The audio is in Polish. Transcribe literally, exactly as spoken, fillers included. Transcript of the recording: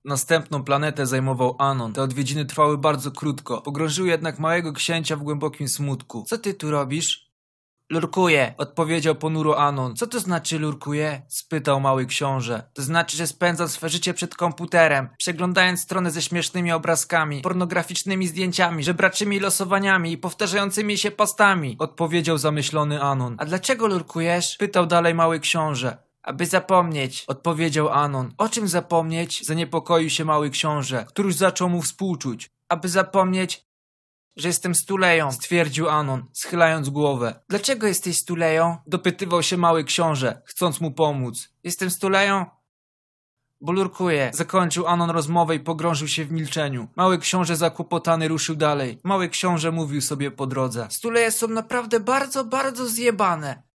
Następną planetę zajmował Anon. Te odwiedziny trwały bardzo krótko. Pogrążyły jednak małego księcia w głębokim smutku. Co ty tu robisz? Lurkuję, odpowiedział ponuro Anon. Co to znaczy lurkuję? Spytał mały książę. To znaczy, że spędzam swe życie przed komputerem, przeglądając strony ze śmiesznymi obrazkami, pornograficznymi zdjęciami, żebraczymi losowaniami i powtarzającymi się postami, odpowiedział zamyślony Anon. A dlaczego lurkujesz? Pytał dalej mały książę. Aby zapomnieć, odpowiedział Anon. O czym zapomnieć? Zaniepokoił się mały książę, który już zaczął mu współczuć. Aby zapomnieć, że jestem stuleją, stwierdził Anon, schylając głowę. Dlaczego jesteś stuleją? Dopytywał się mały książę, chcąc mu pomóc. Jestem stuleją? Bo lurkuję. Zakończył Anon rozmowę i pogrążył się w milczeniu. Mały książę zakłopotany ruszył dalej. Mały książę mówił sobie po drodze. Stuleje są naprawdę bardzo, bardzo zjebane.